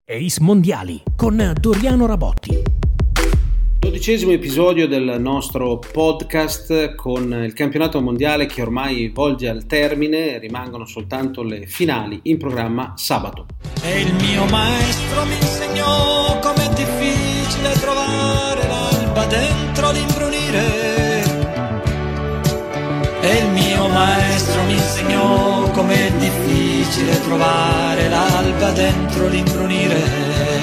Ace Mondiali con Doriano Rabotti. 12° episodio del nostro podcast con il campionato mondiale che ormai volge al termine, rimangono soltanto le finali in programma sabato. E il mio maestro mi insegnò com'è difficile trovare l'alba dentro l'imbrunire. E il mio maestro mi insegnò com'è difficile trovare l'alba dentro l'imbrunire.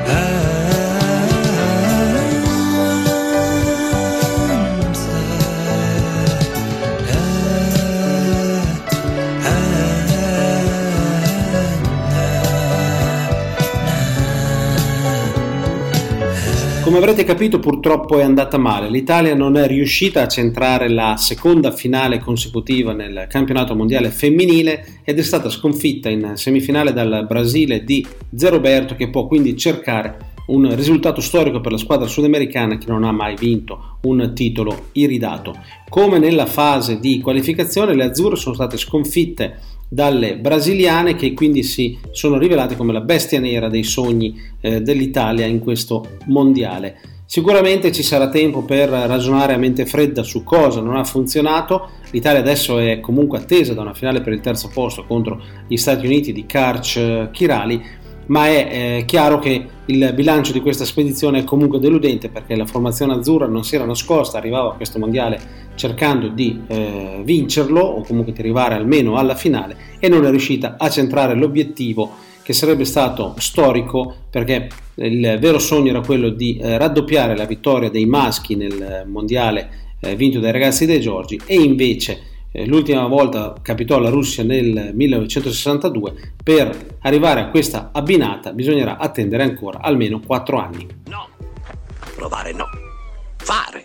Come avrete capito, purtroppo è andata male. L'Italia non è riuscita a centrare la seconda finale consecutiva nel campionato mondiale femminile ed è stata sconfitta in semifinale dal Brasile di Zé Roberto, che può quindi cercare un risultato storico per la squadra sudamericana che non ha mai vinto un titolo iridato. Come nella fase di qualificazione, le azzurre sono state sconfitte dalle brasiliane, che quindi si sono rivelate come la bestia nera dei sogni dell'Italia in questo mondiale. Sicuramente ci sarà tempo per ragionare a mente fredda su cosa non ha funzionato. L'Italia adesso è comunque attesa da una finale per il terzo posto contro gli Stati Uniti di Karch Kiraly, ma è chiaro che il bilancio di questa spedizione è comunque deludente, perché la formazione azzurra non si era nascosta, arrivava a questo mondiale cercando di vincerlo o comunque di arrivare almeno alla finale, e non è riuscita a centrare l'obiettivo che sarebbe stato storico, perché il vero sogno era quello di raddoppiare la vittoria dei maschi nel mondiale vinto dai ragazzi dei Giorgi, e invece l'ultima volta capitò alla Russia nel 1962. Per arrivare a questa abbinata bisognerà attendere ancora almeno 4 anni. No, provare no, fare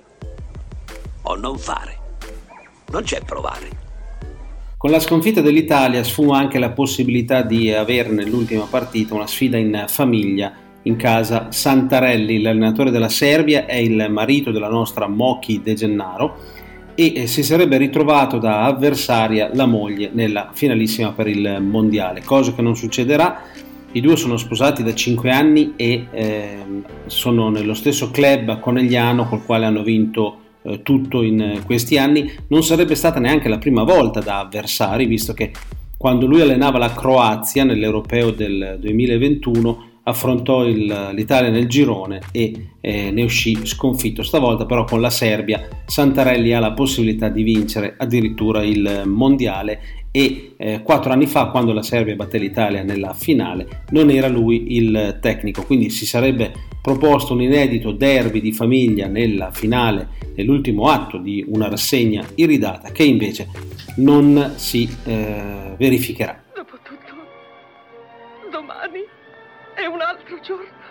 o non fare, non c'è provare. Con la sconfitta dell'Italia sfuma anche la possibilità di avere nell'ultima partita una sfida in famiglia in casa Santarelli. L'allenatore della Serbia è il marito della nostra Mochi De Gennaro e si sarebbe ritrovato da avversaria la moglie nella finalissima per il mondiale, cosa che non succederà. I due sono sposati da 5 anni e sono nello stesso club a Conegliano col quale hanno vinto tutto in questi anni. Non sarebbe stata neanche la prima volta da avversari, visto che quando lui allenava la Croazia nell'Europeo del 2021 affrontò l'Italia nel girone e ne uscì sconfitto. Stavolta però con la Serbia Santarelli ha la possibilità di vincere addirittura il mondiale, e 4 anni fa, quando la Serbia batté l'Italia nella finale, non era lui il tecnico, quindi si sarebbe proposto un inedito derby di famiglia nella finale, nell'ultimo atto di una rassegna iridata che invece non si verificherà. Dopotutto, domani è un altro giorno.